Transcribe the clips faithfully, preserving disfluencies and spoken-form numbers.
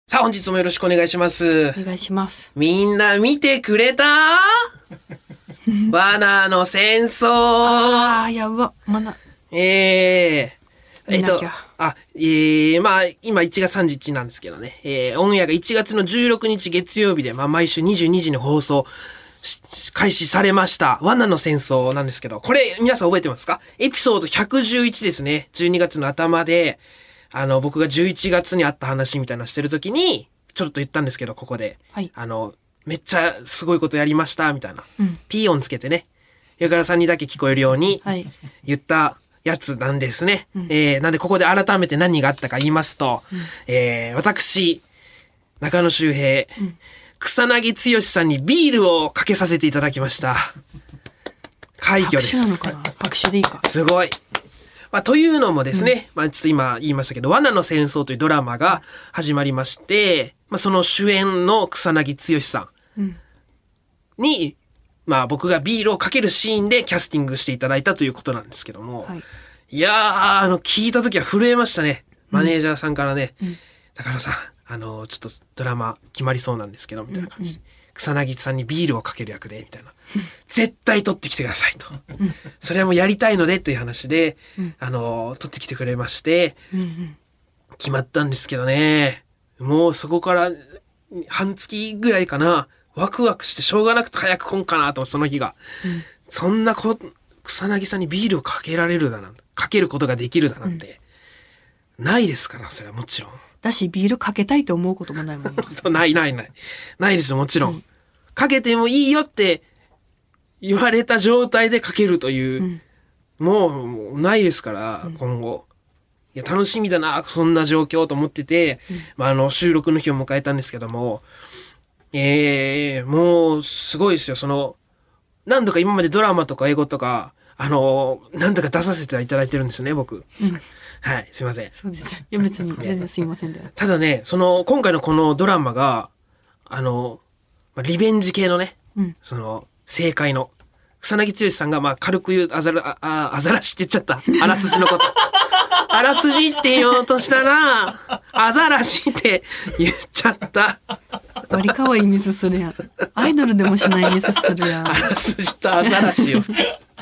さあ本日もよろしくお願いします。 お願いします。 みんな見てくれた罠の戦争。 あーやばまだえー、えっと見なきゃあえー、まあ今いちがつさんじゅういちにちなんですけどね、えー、オンエアがいちがつのじゅうろくにち月曜日で、まあ、毎週にじゅうにじに放送し開始されました罠の戦争なんですけど、これ皆さん覚えてますか？エピソードひゃくじゅういちですね。じゅうにがつの頭であの僕がじゅういちがつにあった話みたいなのしてる時にちょっと言ったんですけど、ここで、 はい、 あのめっちゃすごいことやりましたみたいな、 うん、 ピー音つけてね、ゆからさんにだけ聞こえるようにはい言ったやつなんですね、 うん、 えー、なんでここで改めて何があったか言いますと、 うん、 えー、私中野周平、うん、草薙剛さんにビールをかけさせていただきました。快挙です。 拍手なのかな？拍手でいいか。 すごい。まあ、というのもですね、うん、まあちょっと今言いましたけど、罠の戦争というドラマが始まりまして、まあ、その主演の草薙剛さんに、うん、まあ僕がビールをかけるシーンでキャスティングしていただいたということなんですけども、はい、いやー、あの聞いた時は震えましたね。マネージャーさんからね、うん、だからさ、あのちょっとドラマ決まりそうなんですけどみたいな感じで、うんうん、草薙さんにビールをかける役でみたいな、絶対取ってきてくださいと、うん、それはもうやりたいのでという話で、うん、あの取ってきてくれまして、うんうん、決まったんですけどね、もうそこから半月ぐらいかな、ワクワクしてしょうがなくて早く来んかなと、その日が、うん、そんなこ草薙さんにビールをかけられるだなんて、かけることができるだなんて、うん、ないですから、それはもちろん。 だしビールかけたいと思うこともないもんね。 ないないないないですよ、もちろん、うん、かけてもいいよって言われた状態でかけるという、うん、もう、もうないですから、うん、今後いや楽しみだなそんな状況と思ってて、うん、まあ、あの収録の日を迎えたんですけども、えー、もうすごいですよ。その何度か今までドラマとか英語とかあの何度か出させていただいてるんですよね、僕、うん、はい、すいません。 そうです。いや別に全然すいませんで。 ただね、その今回のこのドラマがあのリベンジ系のね、うん、その正解の草薙剛さんがまあ軽く言うあざらああざらしって言っちゃった、あらすじのことあらすじって言おうとしたらアザラシって言っちゃった。 割りかわいいミスするやん。アイドルでもしないミスするやん。 あらすじとアザラシをす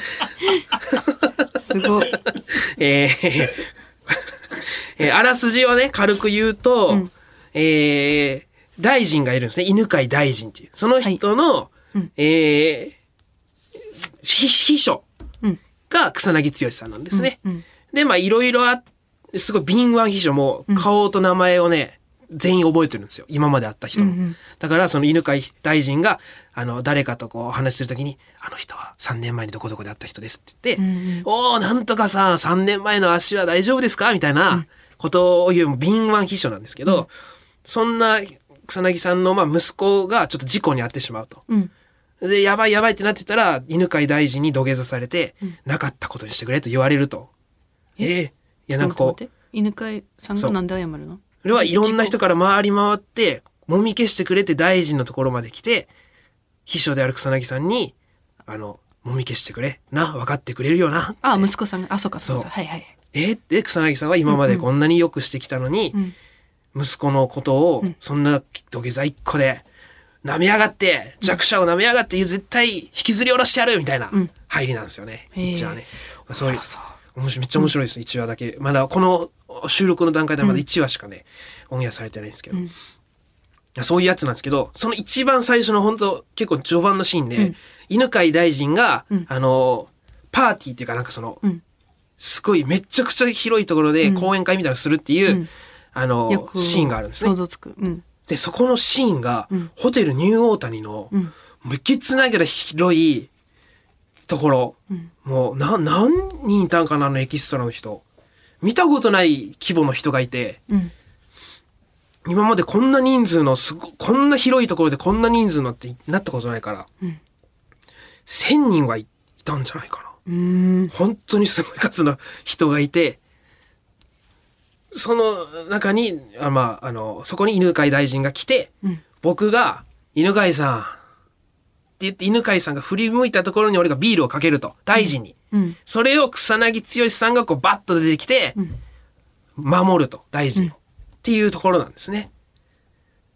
ごい。 えーえー、あらすじをね軽く言うと、うん、えー、大臣がいるんですね。犬飼大臣っていうその人の、はい、うん、えー、秘書が草薙剛さんなんですね、うんうん、でまあいろいろあってすごい敏腕秘書も顔と名前をね、うん、全員覚えてるんですよ、今まで会った人の、うんうん、だからその犬飼大臣があの誰かとこう話するときに、あの人はさんねんまえにどこどこで会った人ですって言って、うんうん、おーなんとかささんねんまえの足は大丈夫ですかみたいなことを言う敏腕秘書なんですけど、うん、そんな草薙さんのまあ息子がちょっと事故に遭ってしまうと、うん、でやばいやばいってなってたら犬飼大臣に土下座されて、うん、なかったことにしてくれと言われると。えー、いやなんかこう犬飼さんがなんで謝るの？ それはいろんな人から回り回ってもみ消してくれて大臣のところまで来て、秘書である草薙さんにあのもみ消してくれな、分かってくれるよな。 あ息子さんがあそうかそうかはいはい。 えー、で草薙さんは今までこんなによくしてきたのに、うんうん、息子のことをそんな土下座一個で舐めやがって、弱者を舐めやがって絶対引きずり下ろしてやるみたいな入りなんですよね、うん、いちわね。そういう面白いめっちゃ面白いです、うん、いちわだけ。まだこの収録の段階ではまだいちわしかね、うん、オンエアされてないんですけど、うん、そういうやつなんですけど、その一番最初の本当結構序盤のシーンで、うん、犬飼大臣が、うん、あのパーティーっていうかなんかその、うん、すごいめちゃくちゃ広いところで講演会みたいなのするっていう、うん、あのシーンがあるんですね。 想像つく、うん、 でそこのシーンが、うん、ホテルニューオータニの、うん、めきつないぐらい広いところ、うん、もうな何人いたんかな、あのエキストラの人。見たことない規模の人がいて、うん、今までこんな人数のすごこんな広いところでこんな人数のってなったことないから、うん、せんにんはいたんじゃないかな。うーん、本当にすごい数の人がいて、その中にあ、まあ、あのそこに犬飼大臣が来て、うん、僕が犬飼さんって言って犬飼さんが振り向いたところに俺がビールをかけると大臣に、うん、それを草薙剛さんがこうバッと出てきて、うん、守ると大臣を、うん、っていうところなんですね。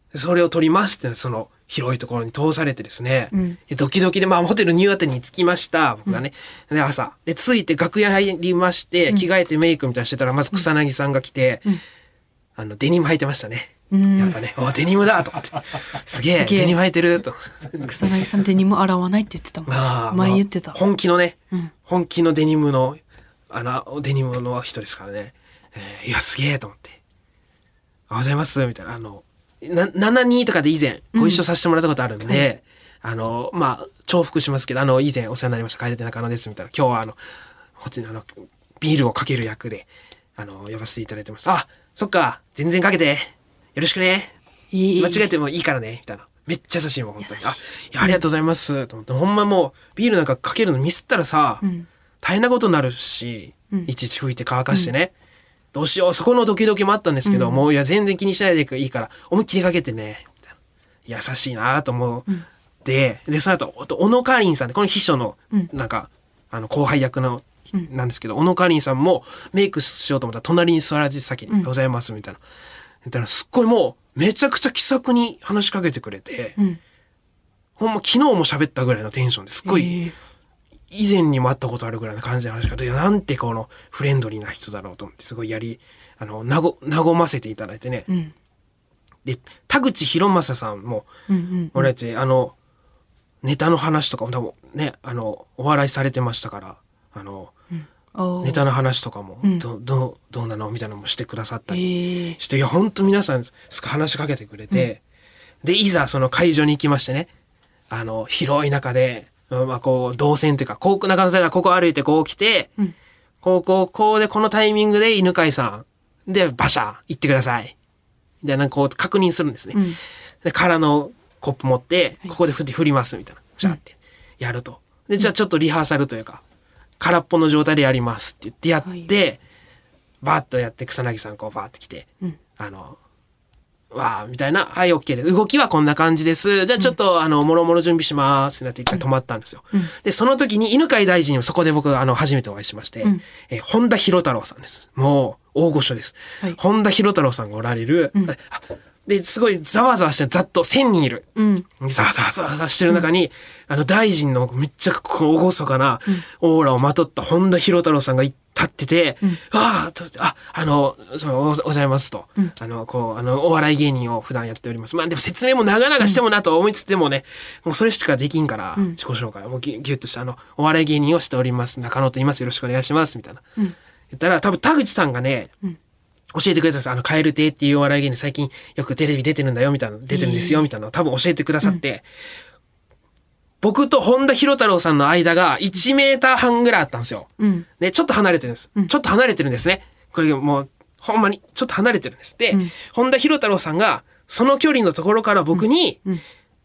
それを撮りますってその広いところに通されてですね、 うん、 ドキドキで、まあホテルニューアテンに着きました僕がね、うん、で朝で着いて楽屋に入りまして、うん、着替えてメイクみたいなしてたらまず草薙さんが来て、うん、あのデニム履いてましたね。うん、やっぱね、おデニムだと思ってすげえデニム履いてると草薙さんデニム洗わないって言ってたもん。あ前言ってた、 まあ、本気のね、うん、本気のデニムのあのデニムの人ですからね、えー、いやすげえと思っておはようございますみたいなあのなななじゅうにとかで以前ご一緒させてもらったことあるんで、うんはい、あのまあ重複しますけどあの以前お世話になりました帰れて中野ですみたいな今日はあのあのビールをかける役であの呼ばせていただいてます。あそっか全然かけてよろしくねいい間違えてもいいからねみたいなめっちゃ優しいもん本当にあいやありがとうございます、うん、と思ってほんまもうビールなんかかけるのミスったらさ、うん、大変なことになるし、うん、いちいち拭いて乾かしてね、うん、どうしようそこのドキドキもあったんですけど、うん、もういや全然気にしないでいいから思いっきりかけてねみたいな優しいなと思う、うん、ででその後小野かりんさんでこの秘書のなんか、うん、あの後輩役のなんですけど、小野かりんさんもメイクしようと思ったら隣に座られて先に、うん、ございますみたいなみたいなすっごいもうめちゃくちゃ気さくに話しかけてくれて、うん、ほんま昨日も喋ったぐらいのテンションですっごい、えー、以前にも会ったことあるぐらいの感じの話し方でなんてこのフレンドリーな人だろうと思ってすごいやりあのなご和ませていただいてね、うん、で田口博正さんもおられて、うんうんうん、あのネタの話とかも多分ねあのお笑いされてましたからあの、うん、ネタの話とかも ど,、うん、ど, どうなのみたいなのもしてくださったりして、えー、いや本当皆さん話しかけてくれて、うん、でいざその会場に行きましてねあの広い中で、まあ、こう動線というかこう中野さんがここ歩いてこう来て、うん、こうこうこうでこのタイミングで犬飼さんでバシャー行ってくださいみたいなこう確認するんですね、うん、で空のコップ持ってここで振り、振りますみたいなシャーってやるとでじゃあちょっとリハーサルというか空っぽの状態でやりますって言ってやって、はい、バーッとやって草薙さんこうバーッて来て、うん、あのわーみたいなはい OK です動きはこんな感じですじゃあちょっと、うん、あのもろもろ準備しますってなって一回止まったんですよ、うん、でその時に犬飼大臣をそこで僕あの初めてお会いしまして、うんえー、本田博太郎さんですもう大御所です、はい、本田博太郎さんがおられる、うん、ですごいざわざわしてざっとせんにんいる、うん、ざわざわざわざわしてる中に、うん、あの大臣のめっちゃこう厳かなオーラをまとった本田博太郎さんが立ってて、うん、あああのそのおございますと、うん、あのこうあのお笑い芸人を普段やっておりますまあでも説明も長々してもなと思いつつでもね、うん、もうそれしかできんから、うん、自己紹介をもうギュッとしたあのお笑い芸人をしております中野と言いますよろしくお願いしますみたいな、うん、言ったら多分田口さんがね、うん教えてくれたんですあのカエル亭っていうお笑い芸人最近よくテレビ出てるんだよみたいな出てるんですよみたいなのを多分教えてくださって、うん、僕と本田博太郎さんの間がいちメーターはんぐらいあったんですよ、うん、でちょっと離れてるんです、うん、ちょっと離れてるんですねこれもうほんまにちょっと離れてるんですで、うん、本田博太郎さんがその距離のところから僕に、うんうん、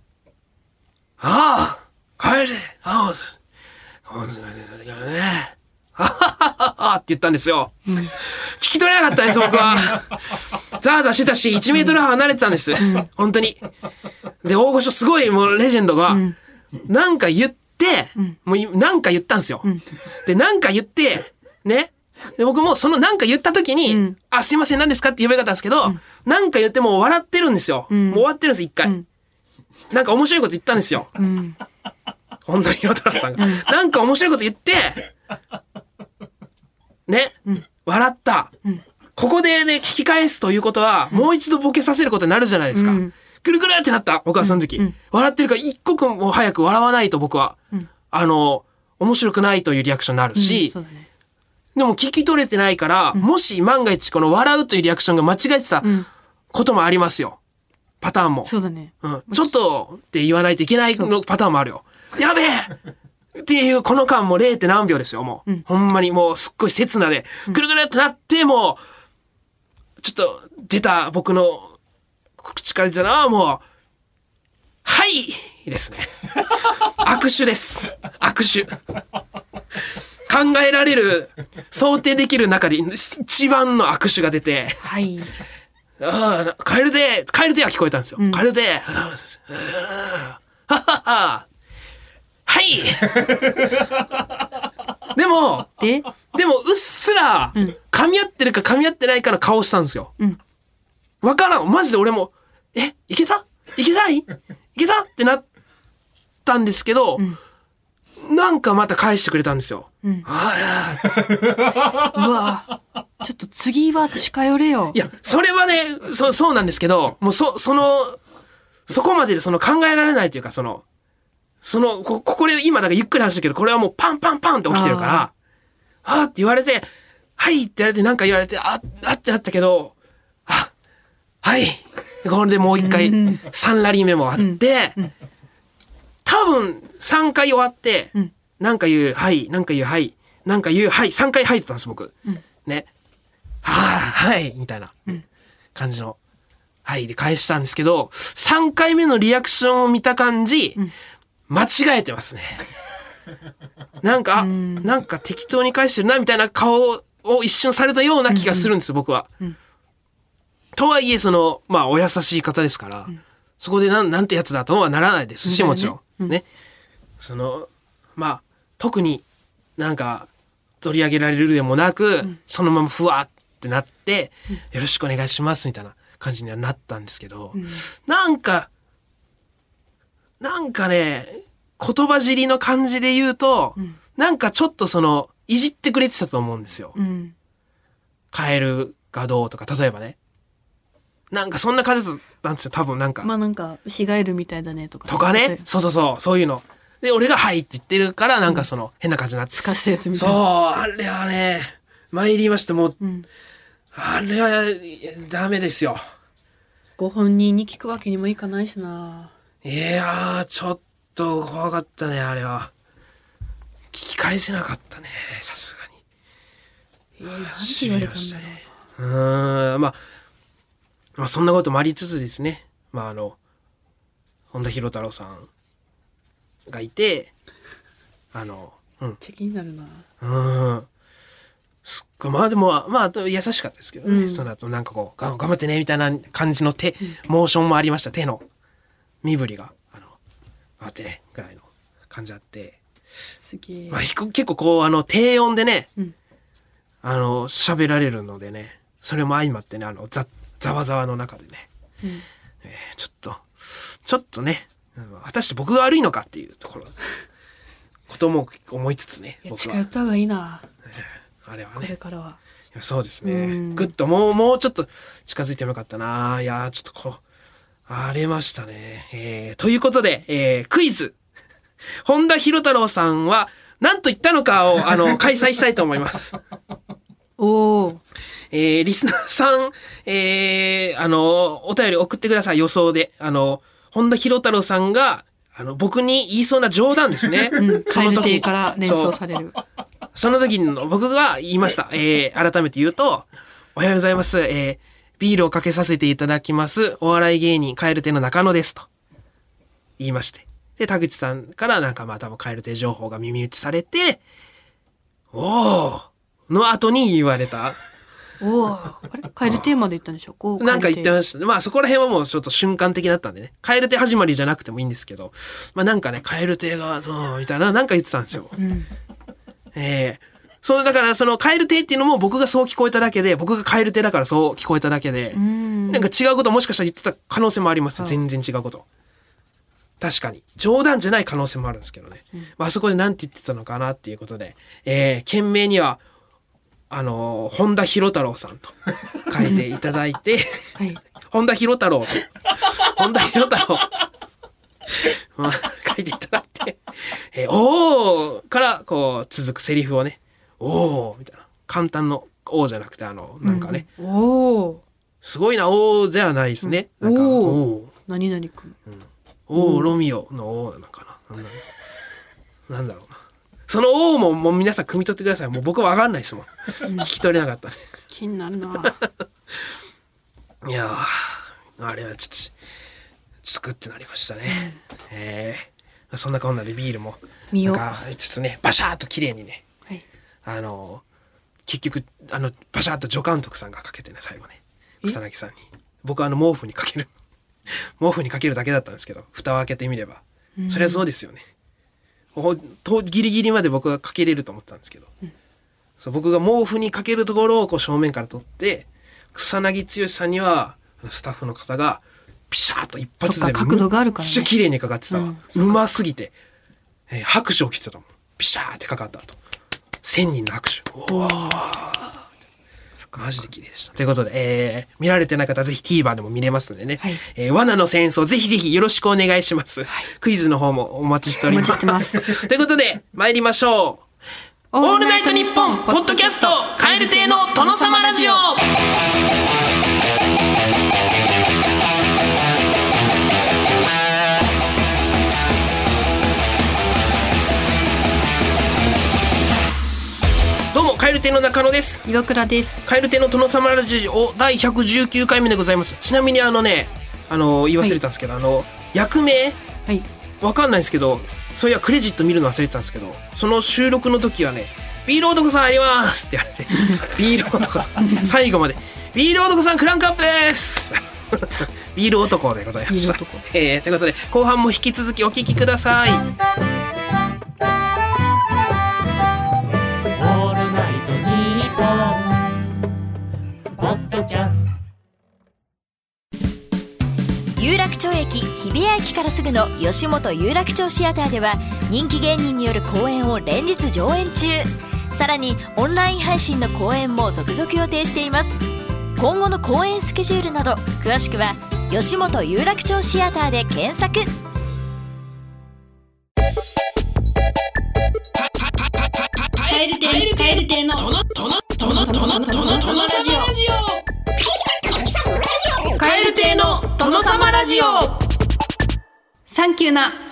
ああカエルああそうねははははって言ったんですよ、うん、聞き取れなかったんです僕はザーザーしてたしいちメートル離れてたんです、うん、本当にで大御所すごいもうレジェンドが、うん、なんか言って、うん、もうなんか言ったんですよ、うん、でなんか言ってねで僕もそのなんか言った時に、うん、あすいません何ですかって呼べなかったんですけど、うん、なんか言ってもう笑ってるんですよ、うん、もう終わってるんです一回、うん、なんか面白いこと言ったんですよ、うん、本田博太郎さんが、うん、なんか面白いこと言ってね、うん、笑った、うん、ここでね聞き返すということは、うん、もう一度ボケさせることになるじゃないですか、うん、ぐるぐるってなった僕はその時、うん、笑ってるから一刻も早く笑わないと僕は、うん、あの面白くないというリアクションになるし、うんね、でも聞き取れてないから、うん、もし万が一この笑うというリアクションが間違えてたこともありますよパターンもそうだね、 うん、ちょっとって言わないといけないのパターンもあるよやべえっていうこの間も れい. 何秒ですよもう、うん、ほんまにもうすっごい刹那でぐるぐるってなってもちょっと出た僕の口から出たのはもうはいですね握手です握手考えられる想定できる中で一番の握手が出てはいああカエルでカエルでは聞こえたんですよ、うん、カエルでははははいでもででもうっすら噛み合ってるか噛み合ってないかの顔したんですよ、うん、分からんマジで俺もえ、いけたいけたいいけたってなったんですけど、うんなんかまた返してくれたんですよ。うん、あら。うわ。ちょっと次は近寄れよ。 いや、それはね、そ、そうなんですけど、もうそ、その、そこまででその考えられないというか、その、その、こ、これ今だからゆっくり話したけど、これはもうパンパンパンって起きてるから、あーって言われて、はいって言われて、なんか言われて、あ、あってなったけど、あ、はい。これでもう一回、さんラリー目もあって、うんうん多分さんかい終わって、うん、なんか言う、はい、なんか言う、はい、なんか言う、はい、さんかいはいだったんです、僕。うん、ね。はぁ、はい、みたいな感じの、はいで返したんですけど、さんかいめのリアクションを見た感じ、うん、間違えてますね。なんか、んなんか適当に返してるな、みたいな顔を一瞬されたような気がするんです、うん、僕は。うん、とはいえ、その、まあ、お優しい方ですから、うん、そこでなん、なんてやつだとはならないですし、もちろん。ね、そのまあ特になんか取り上げられるでもなく、うん、そのままふわってなって、うん、よろしくお願いしますみたいな感じにはなったんですけど、うん、なんかなんかね言葉尻の感じで言うと、うん、なんかちょっとそのいじってくれてたと思うんですよ。うん、カエルがどうとか例えばね。なんかそんな感じなんですよ多分なんかまあなんか牛ガエルみたいだねとかとかねそうそうそうそういうので俺がはいって言ってるからなんかその、うん、変な感じになってすかしたやつみたいなそうあれはね参りましてもう、うん、あれはダメですよご本人に聞くわけにもいかないしないやーちょっと怖かったねあれは聞き返せなかったねさすがにえー、何て言われたんだろうなうーんまあまあそんなこともありつつですね、まああの、本田博太郎さんがいて、あの、 うん。めっちゃ気になるな。 うん。すっごい、まあでも、まあ優しかったですけどね、うん、その後なんかこう、頑張ってね、みたいな感じの手、うん、モーションもありました、手の身振りが、あの、頑張ってね、ぐらいの感じあって。 すげえ。 まあ結構こう、あの、低音でね、うん、あの、喋られるのでね、それも相まってね、あの、ざざわざわの中でね、うんえー、ちょっとちょっとね果たして僕が悪いのかっていうところことも思いつつね僕は近寄った方がいいな、 えー、あれはねこれからはそうですねぐっともうもうちょっと近づいてもよかったないやちょっとこう荒れましたね、えー、ということで、えー、クイズ本田博太郎さんは何と言ったのかをあの開催したいと思いますおーえー、リスナーさん、えー、あの、お便り送ってください、予想で。あの、本田博太郎さんが、あの、僕に言いそうな冗談ですね。 うん、その時から連想される。 その時の僕が言いました。えー、改めて言うと、おはようございます。えー、ビールをかけさせていただきます。お笑い芸人、蛙亭の中野です。と言いまして。で、田口さんからなんかまあ多分蛙亭情報が耳打ちされて、おーの後に言われた。 おお、あれカエルテーマで言ったんでしょうなんか言ってましたね。まあそこら辺はもうちょっと瞬間的だったんでね。カエルテ始まりじゃなくてもいいんですけど、まあなんかね、カエルテが、そう、みたいな、なんか言ってたんですよ。うん、ええー、そうだからそのカエルテっていうのも僕がそう聞こえただけで、僕がカエルテだからそう聞こえただけで、んなんか違うこともしかしたら言ってた可能性もあります。全然違うこと。確かに。冗談じゃない可能性もあるんですけどね。うん、まあそこで何て言ってたのかなっていうことで、えー、懸命には、あの本田博太郎さんと書いていただいて、はい、本田博太郎と本田博太郎まあ書いていただいて、えー、おーからこう続くセリフをね、おーみたいな簡単のおーじゃなくてあのなんかね、 うん、おーすごいなおーじゃないですね。うん、なんかおー何々くん、 うん、おーロミオのおーなのかな、なんだろう、なんだろうな。その王ももう皆さん汲み取ってください。もう僕は分かんないですもん。聞き取れなかった、ね。 気になるな。 いやーあれはちょっとちょっとグッてなりましたね。うん、えー、そんなこんなでビールもなんかちょっとねバシャーっと綺麗にね、はい、あの結局あのバシャーっと助監督さんがかけてね最後ね草薙さんに僕はあの毛布にかける毛布にかけるだけだったんですけど蓋を開けてみれば、うん、そりゃそうですよね。とギリギリまで僕がかけれると思ってたんですけど、うん、そう僕が毛布にかけるところをこう正面から撮って草薙剛さんにはスタッフの方がピシャーと一発でそっか角度があるからねめっちゃ綺麗にかかってたわ、 ううんますぎて、えー拍手を起きてたもん。ピシャーってかかった後千人の拍手、おーマジで綺麗でした。ということで、えー、見られてない方はぜひ TVer でも見れますのでね、はい、えー、罠の戦争ぜひぜひよろしくお願いします、はい、クイズの方もお待ちしております。 お待ちしてますということで参りましょう。オールナイトニッポンポッドキャスト蛙亭の殿様ラジオ。どうも蛙亭の中野です。 岩倉です。 蛙亭の殿様ラジオ第ひゃくじゅうきゅうかいめでございます。ちなみにあのね、あの言い忘れたんですけど、はい、あの役名、はい、わかんないですけど、そういやクレジット見るの忘れてたんですけど、その収録の時はね、ビール男さんありますって言われて、ビール男さん最後までビール男さんクランクアップですビール男でございました。えー、ということで後半も引き続きお聞きください。 有楽町駅日比谷駅からすぐの吉本有楽町シアターでは人気芸人による公演を連日上演中。さらにオンライン配信の公演も続々予定しています。今後の公演スケジュールなど詳しくは吉本有楽町シアターで検索。 蛙亭蛙亭の殿様ラジオ。 蛙亭の殿様ラジオ。 サンキューな。こ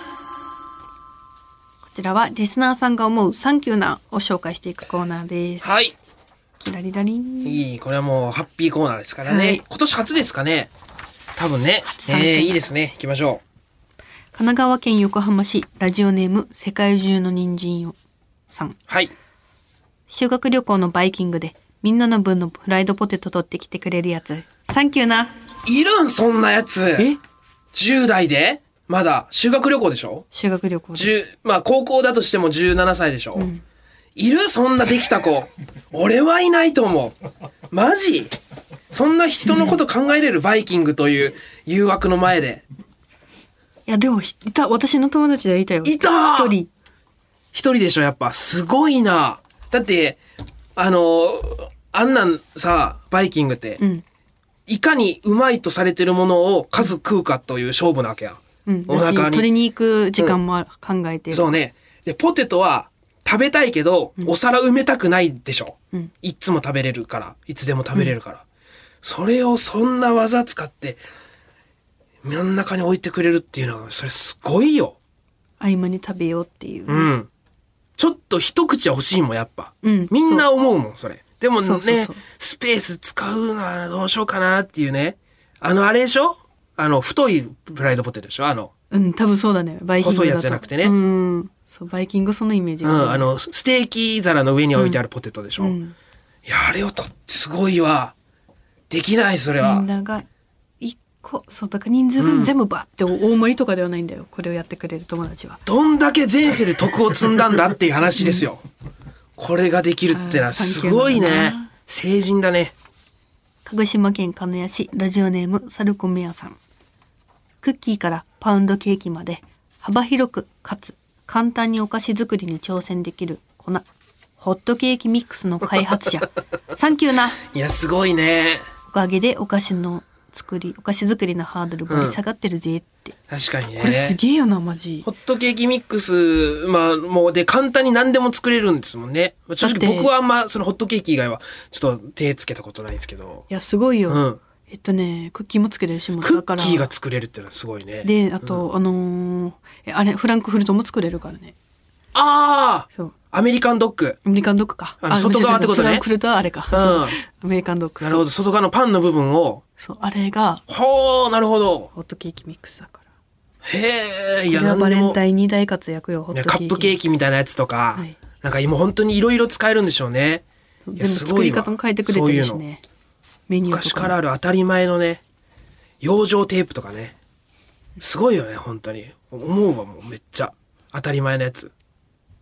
ちらはリスナーさんが思うサンキューなを紹介していくコーナーです。 はい。 キラリラリン。 いい、これはもうハッピーコーナーですからね。はい、今年初ですかね。多分ね。えー、いいですね。行きましょう。 神奈川県横浜市ラジオネーム世界中の人参をさん。 はい。修学旅行のバイキングでみんなの分のフライドポテト取ってきてくれるやつ。サンキューな。 いるんそんなやつ。えじゅう代でまだ修学旅行でしょ。 修学旅行でまあ高校だとしてもじゅうななさいでしょ、うん、いるそんなできた子俺はいないと思う。マジそんな人のこと考えれるバイキングという誘惑の前で。 いやでもいた、私の友達でいたよ。 いた一人一人でしょ。やっぱすごいな。だってあのあんなんさバイキングって、うん、いかにうまいとされてるものを数食うかという勝負なわけや。うん、 お腹に取りに行く時間も考えてる、 うん、そうね。でポテトは食べたいけど、うん、お皿埋めたくないでしょ、うん、いつも食べれるからいつでも食べれるから、うん、それをそんな技使って真ん中に置いてくれるっていうのはそれすごいよ。 合間に食べようっていう、ね、 うん、ちょっと一口は欲しいもんやっぱ、うん、みんな思うもんそれ。でもねそうそうそうスペース使うのはどうしようかなっていうね。あのあれでしょ、あの太いフライドポテトでしょ。あのうん多分そうだね。バイキングだと細いやつじゃなくてね。 うんそうバイキングそのイメージが、 ね、うんあのステーキ皿の上に置いてあるポテトでしょ、うんうん、いやあれをとすごいわ。できないそれは。 みんなが一個そうだから人数分全部バッて大盛りとかではないんだよ、これをやってくれる友達は。 どんだけ前世で徳を積んだんだっていう話ですよ、うん、これができるってのはすごいね。成人だね。 鹿児島県鹿屋市ラジオネームサルコメヤさん。クッキーからパウンドケーキまで幅広くかつ簡単にお菓子作りに挑戦できる粉ホットケーキミックスの開発者サンキューな。 いやすごいね。 おかげでお菓子の作りお菓子作りのハードルが下がってるぜって、 うん、確かにね。 これすげえよなマジ。 ホットケーキミックスまあもうで簡単に何でも作れるんですもんね。正直僕はあんまそのホットケーキ以外はちょっと手つけたことないんですけど。 いやすごいよ、 うん、 えっとねクッキーも作れるしもクッキーが作れるってのはすごいね。 であと、うん、あのー、あれフランクフルトも作れるからね。 ああそうアメリカンドッグ。 アメリカンドッグか。 あの外側ってことね。 フランクフルトはあれか、うん、そうアメリカンドッグ。 なるほど。外側のパンの部分をそうあれがほーなるほどホットケーキミックスだから。 へえ。いやバレンタインに大活躍よホットケーキ。 カップケーキみたいなやつとか、はい、なんか今本当にいろいろ使えるんでしょうね。 全部作り方も変えてくれてるしね。メニューとか昔からある当たり前のね養生テープとかねすごいよね本当に思うわ。もうめっちゃ当たり前のやつ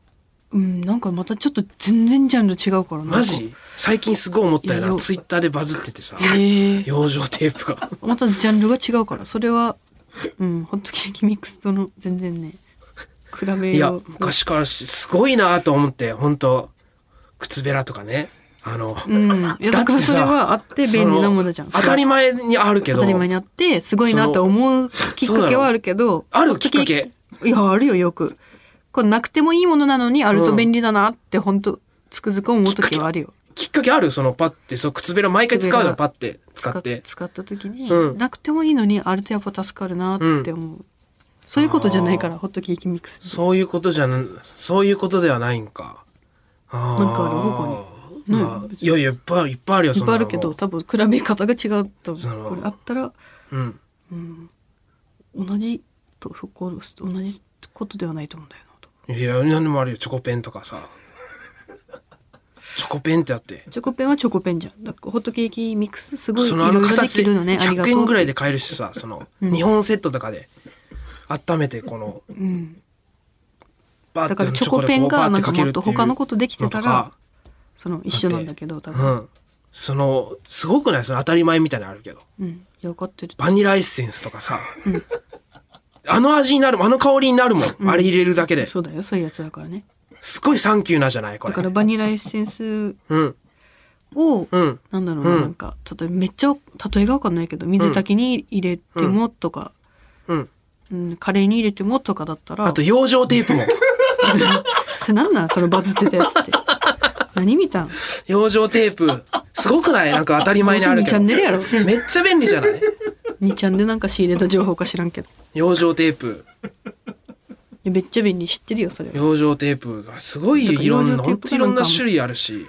うんなんかまたちょっと全然ジャンル違うからな。 マジ最近すごい思ったよいやよな。ツイッターでバズっててさ、 えー、 養生テープがまたジャンルが違うからそれはうんホットケーキミックスとの全然ね比べよう。 いや昔からすごいなと思って、本当靴べらとかね、あの、 うん、いやだからそれはあって便利なものじゃん。 当たり前にあるけど、 当たり前にあってすごいなと思うきっかけはあるけど、 あるきっかけ、 いやあるよよく。これなくてもいいものなのにあると便利だなって本当つくづく思う時はあるよ。 きっかけあるそのパッてそう靴べら毎回使うのパッて使って使った時に、 うん、 なくてもいいのにあるとやっぱ助かるなって思う、うん、そういうことじゃないからホットケーキミックスそういうことじゃなそういうことではないんか。あなんかある他に、 まあ、いやいやいっぱいいっぱいあるよ。 いっぱいあるけど多分比べ方が違うと思う。これあったら、 うんうん、同じとそこ同じことではないと思うんだよな。 いや何でもあるよ。チョコペンとかさチョコペンってあって、 チョコペンはチョコペンじゃん。だからホットケーキミックスすごいいそのあのろいろで形できるのね。ありひゃくえがとう。 んぐらいで買えるしさ、そのにほんセットとかで温めてこの、 うん、 バーッだからチョコペンがなんかもっと他のことできてたららその一緒なんだけど多分、 うん、そのすごくない？その当たり前みたいなのあるけど、 うん、いや分かってる。 バニラエッセンスとかさ、 うん、 あの味になる、あの香りになるもん、うん、あれ入れるだけで。 そうだよ、そういうやつだからね。 すごいサンキューなじゃないこれ。 だからバニラエッセンスを、 うん、 なんだろうな、うん、なんか例えばめっちゃ例えが分かんないけど水炊きに入れてもとか、 うんうん、カレーに入れてもとかだったら。 あと養生テープもそれなんなんそのバズってたやつって何見たん？ 養生テープすごくない？なんか当たり前にあるけどにチャンネルやろめっちゃ便利じゃない？ にチャンでなんか仕入れた情報か知らんけど養生テープめっちゃ便利知ってるよそれは。 養生テープがすごいいろんな本当いろんな種類あるし、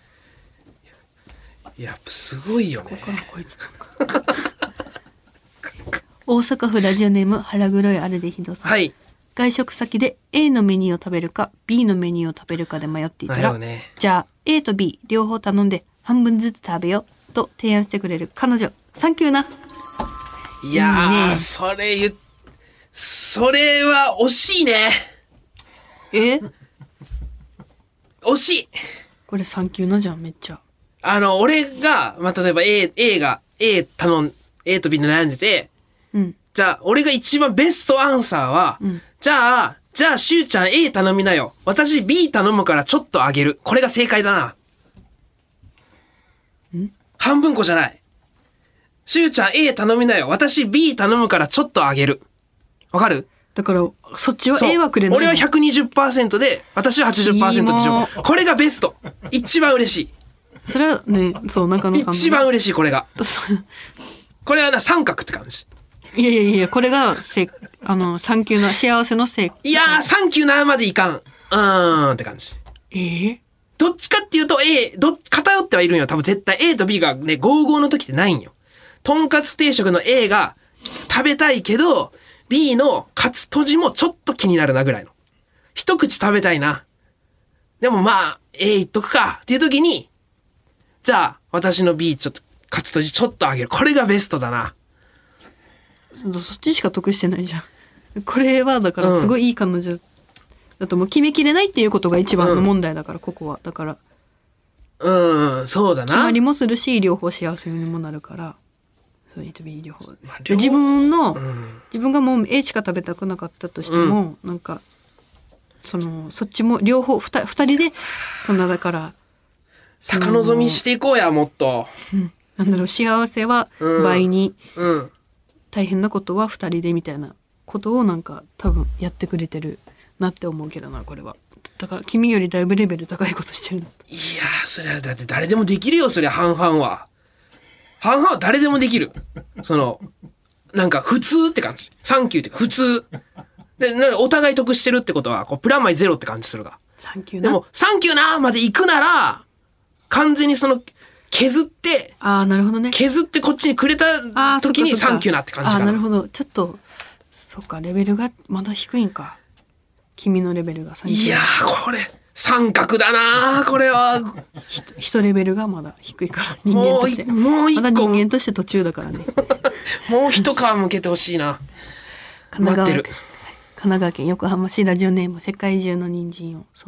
やっぱすごいよね。 ここからこいつ大阪府ラジオネーム腹黒いあれでひどさん、 はい、 外食先で A のメニューを食べるか B のメニューを食べるかで迷っていたら、 ね、 じゃあ A と B 両方頼んで半分ずつ食べようと提案してくれる彼女サンキューな。 いやーいいね、 それ言それは惜しいね。 え惜しい。 これサンキューなじゃんめっちゃ。 あの俺が、まあ、例えば A, A が A 頼ん A と B で悩んでて、 うん、 じゃあ俺が一番ベストアンサーは、うん、じゃあじゃあしゅうちゃん A 頼みなよ、私 B 頼むからちょっとあげる、これが正解だな。 ん半分こじゃない。しゅうちゃん A 頼みなよ、私 B 頼むからちょっとあげる。わかる？ だからそっちは A はくれない。 俺は ひゃくにじゅっパーセント で私は はちじゅっパーセント でしょ。これがベスト。一番嬉しい。 それはね、そう中野さんの、ね、 一番嬉しいこれが。これはな三角って感じ。 いやいやいやこれがせあのサンキューな幸せのせい。 いやーサンキューなまでいかん。うーんって感じ。 えー、 どっちかっていうと A ど偏ってはいるんよ。多分絶対 A と B がねごじゅうごの時ってないんよ。とんかつ定食の A が食べたいけど B のカツとじもちょっと気になるなぐらいの。一口食べたいな。でもまあ A いっとくかっていう時に、じゃあ私の B ちょっとカツとじちょっとあげる。これがベストだな。 そっちしか得してないじゃん。これはだからすごいいい彼女、うん、だともう決めきれないっていうことが一番の問題だから、うん、ここはだからうんそうだな。 決まりもするし両方幸せにもなるから、そう A と B 両方、まあ、両方自分の、うん、自分がもう A しか食べたくなかったとしても、うん、なんかそのそっちも両方ふたふたりでそんなだから高望みしていこうやもっと、 うん、なんだろう幸せは倍に、 うんうん大変なことはふたりでみたいなことをなんか多分やってくれてるなって思うけどなこれは。だから君よりだいぶレベル高いことしてる。 いやーそれはだって誰でもできるよ。それ半々は半々は誰でもできる。そのなんか普通って感じ。サンキューって普通でなんかお互い得してるってことはこうプラマイゼロって感じするが、 サンキューな。 でもサンキューなーまで行くなら完全にその削ってあーなるほどね削ってこっちにくれた時にサンキューなって感じかな。 あなるほど。ちょっとそっかレベルがまだ低いんか君のレベルが。サンキューいやーこれ三角だなこれは。 一レベルがまだ低いから人間としてもう一個まだ人間として途中だからねもう一皮向けてほしいな。待ってる。 神奈川県横浜市ラジオネーム世界中の人参をそ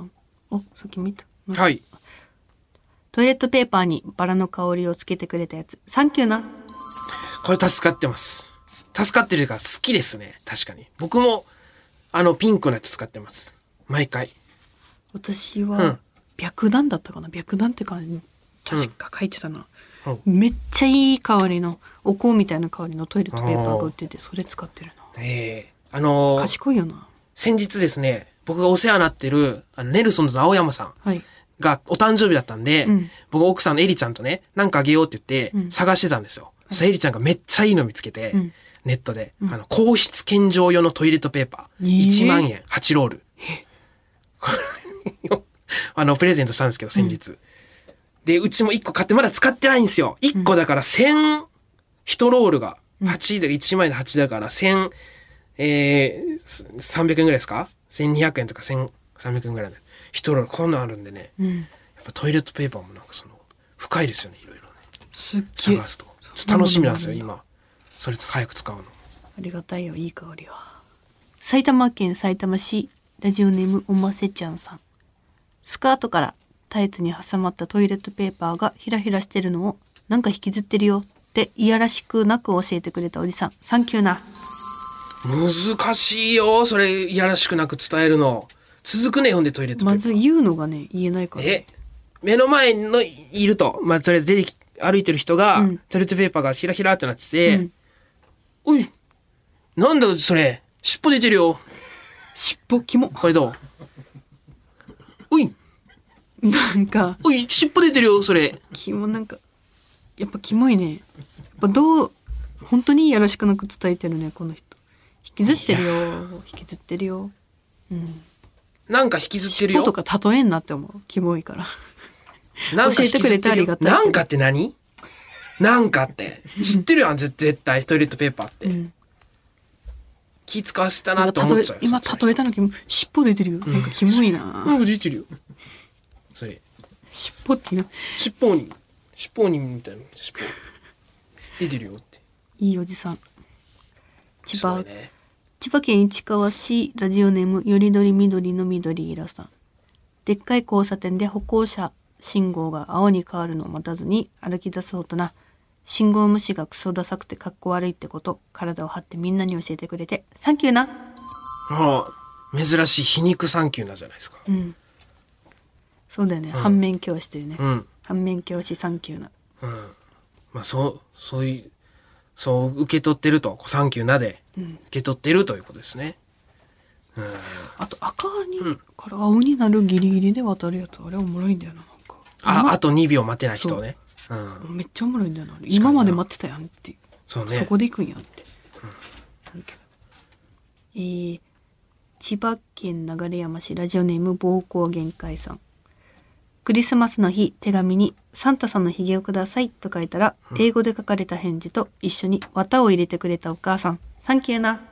お、さっき見た。 はい。 トイレットペーパーにバラの香りをつけてくれたやつ。サンキューな。 これ助かってます。助かってるから好きですね。確かに。僕も、あの、ピンクのやつ使ってます。毎回。 私は、 うん白檀だったかな。白檀ってか、確か書いてたな。 うんめっちゃいい香りの、お香みたいな香りのトイレットペーパーが売ってて、それ使ってるな。 ええあのー賢いよな。 先日ですね、僕がお世話になってる、あのネルソンズの青山さんはい。 がお誕生日だったんで、 うん僕奥さんのエリちゃんとね、なんかあげようって言ってうん探してたんですよ。そしたらエリちゃんがめっちゃいいの見つけて、 うんネットで、あの、皇室献上用のトイレットペーパー、 えーいちまんえん、はちロール。これをあの、プレゼントしたんですけど、先日。で、うちもいっこ買ってまだ使ってないんですよ。いっこだからせん、いちロールがはちで、いちまん円ではちだからせん、えー、さんびゃくえんぐらいですか ?せんにひゃくえんとかせんさんびゃくえんぐらいで。いちロールこんなんあるんでね。 うん。 やっぱトイレットペーパーもなんかその、深いですよね、いろいろね。 すっげえ。 探すと。ちょっと楽しみなんですよ、今。それと早く使うの。 ありがたいよ、いい香りは。埼玉県さいたま市ラジオネームおませちゃんさん。スカートからタイツに挟まったトイレットペーパーがひらひらしてるのをなんか引きずってるよっていやらしくなく教えてくれたおじさん。サンキューな。 難しいよ、それ、いやらしくなく伝えるの。続くね、ほんでトイレットペーパー。 まず言うのがね、言えないから。 え目の前のいると、まあ、とりあえず出てき、歩いてる人が、 うんトイレットペーパーがひらひらってなってて、 うんおい、なんだそれ、尻尾出てるよ。 尻尾キモ。 これどうおい、 なんか、 おい、尻尾出てるよ、それ。 キモなんか、やっぱキモいね。やっぱどう、本当にいやらしくなく伝えてるね、この人。引きずってるよ。引きずってるよ。うん。 なんか引きずってるよ。 尻尾とか例えんなって思う。キモいから。 なんか引きず教えてくれてありがたいなんかって何なんかって。知ってるやん、ぜ絶対、トイレットペーパーって。 うん。 気使わせたなって思っちゃうよ。 今そっちの人例えたのに尻尾出てるよ。なんかキモいな。 なんか出てるよ。それ。 尻尾っていうの尻尾に、尻尾にみたいな、尻尾。出てるよって。 いいおじさん。千葉、 すごいね。 千葉県市川市ラジオネームよりどりみどりのみどりいらさん。でっかい交差点で歩行者信号が青に変わるのを待たずに歩き出す大人。信号無視がクソダサくてかっこ悪いってこと、体を張ってみんなに教えてくれてサンキューな。 ああ、珍しい皮肉サンキューなじゃないですか。 うん。そうだよね。反面教師というね。 うん。 反面教師サンキューな。 うん。まあ、そう、そういう、そう受け取ってると、サンキューなで、受け取ってるということですね。うん。 あと赤にから青になるギリギリで渡るやつ、あれおもろいんだよな。なんかあ、あとにびょう待てない人ね。うん。 めっちゃおもろいんだよな。今まで待ってたやんっていう。 そうね。 そこで行くんやって。なるけどえー、千葉県流山市ラジオネーム暴行限界さん。クリスマスの日、手紙にサンタさんのひげをくださいと書いたら、英語で書かれた返事と一緒に綿を入れてくれたお母さん。サンキューな。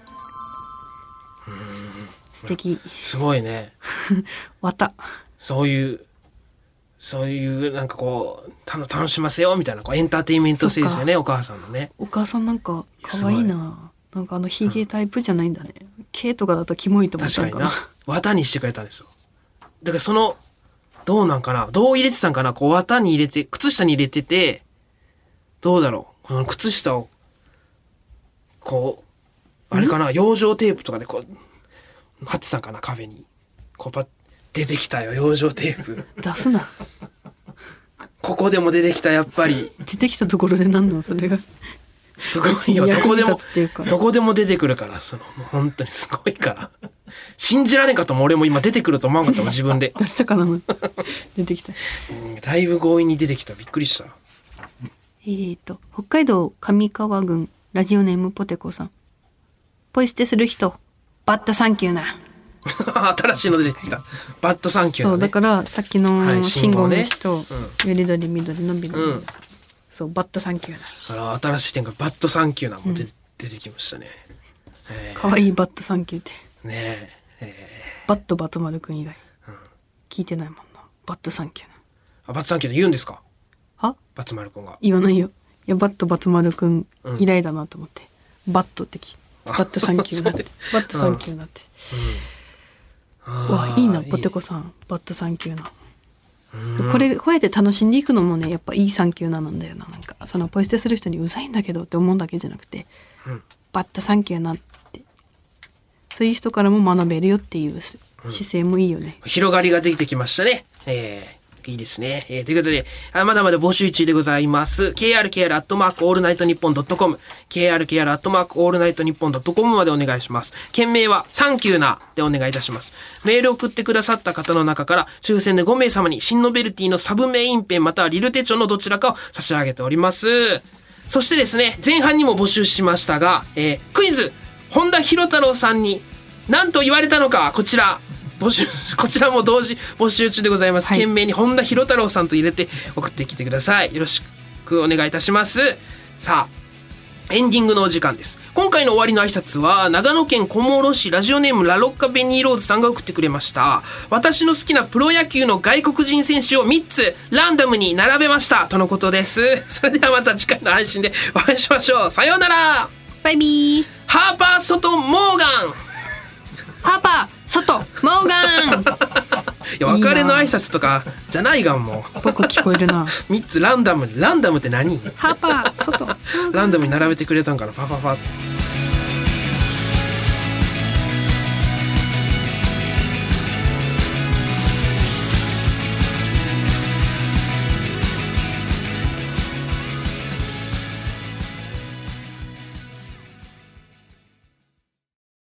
素敵。 すごいね。 綿。 そういう、そういう、なんかこう、たの楽しませようみたいな、こうエンターテインメント性ですよね、お母さんのね。 お母さんなんか可愛いな。なんかあのヒゲタイプじゃないんだね。毛とかだとキモいと思ったんかな。 確かにな。綿にしてくれたんですよ。だからその、どうなんかな、どう入れてたんかな、こう綿に入れて、靴下に入れてて、どうだろう、この靴下を、こう、あれかな、養生テープとかでこう、貼ってたんかな、壁に。こうパッ、出てきたよ、養生テープ。 出すな。 ここでも出てきた、やっぱり。 出てきたところで何のそれが。 すごいよ、どこでも役に立つっていうか、 どこでも出てくるから、その、もう本当にすごいから。信じられんかったもん、俺も今出てくると思わんかったもん、自分で。 出したかな出てきた。 うんだいぶ強引に出てきた、びっくりした。 えーと、北海道上川郡ラジオネームポテコさん。ポイ捨てする人、バッドサンキューな。 新しいの出てきた。バッドサンキュー、ね。 そう、だからさっきはいの信号ね無視と、よりどりみどりのびのびさん。そう、バッドサンキューな。 あら、新しい点がバッドサンキューなも出て、出てきましたね。えかわいいバッドサンキューって。 ー、ねえ。えバッドバトマルくん以外。聞いてないもんな。バッドサンキューな。 ー、あ、バッドサンキューで言うんですか、 はバツマルくんが。 言わないよ。いや、バッドバトマルくん以来だなと思って。バッドってき。バッドサンキューなって。バッドサンキューなって。 わいいなポテコさんバッドサンキューな。これこうやって楽しんでいくのもねやっぱいいサンキューななんだよな。なんかそのポイ捨てする人にうざいんだけどって思うだけじゃなくて、うん、バッドサンキューなってそういう人からも学べるよっていう姿勢もいいよね、 うん、広がりができてきましたね。えーいいですね。えー、ということで、あまだまだ募集中でございます。ケーアールケーアール アットマークオールナイトニッポンドットコム ケーアールケーアール アットマークオールナイトニッポンドットコム までお願いします。件名はサンキューなでお願いいたします。メールを送ってくださった方の中から抽選でごめい様に新ノベルティのサブメインペンまたはリル手帳のどちらかを差し上げております。そしてですね、前半にも募集しましたが、えー、クイズ本田博太郎さんに何と言われたのか、こちら募集こちらも同時募集中でございます。懸命に本田博太郎さんと入れて送ってきてください。よろしくお願いいたします。さあエンディングのお時間です。今回の終わりの挨拶は長野県小諸市ラジオネームラロッカベニーローズさんが送ってくれました。私の好きなプロ野球の外国人選手をみっつランダムに並べましたとのことです。それではまた次回の配信でお会いしましょう。さようなら。 バイビー。 ハーパーソトモーガン。 ハーパー外モーガン。 いや別れの挨拶とかじゃないがんもう僕聞こえるな。 みっつランダムランダムって何？ ハーパー外ランダムに並べてくれたんかなパパパッ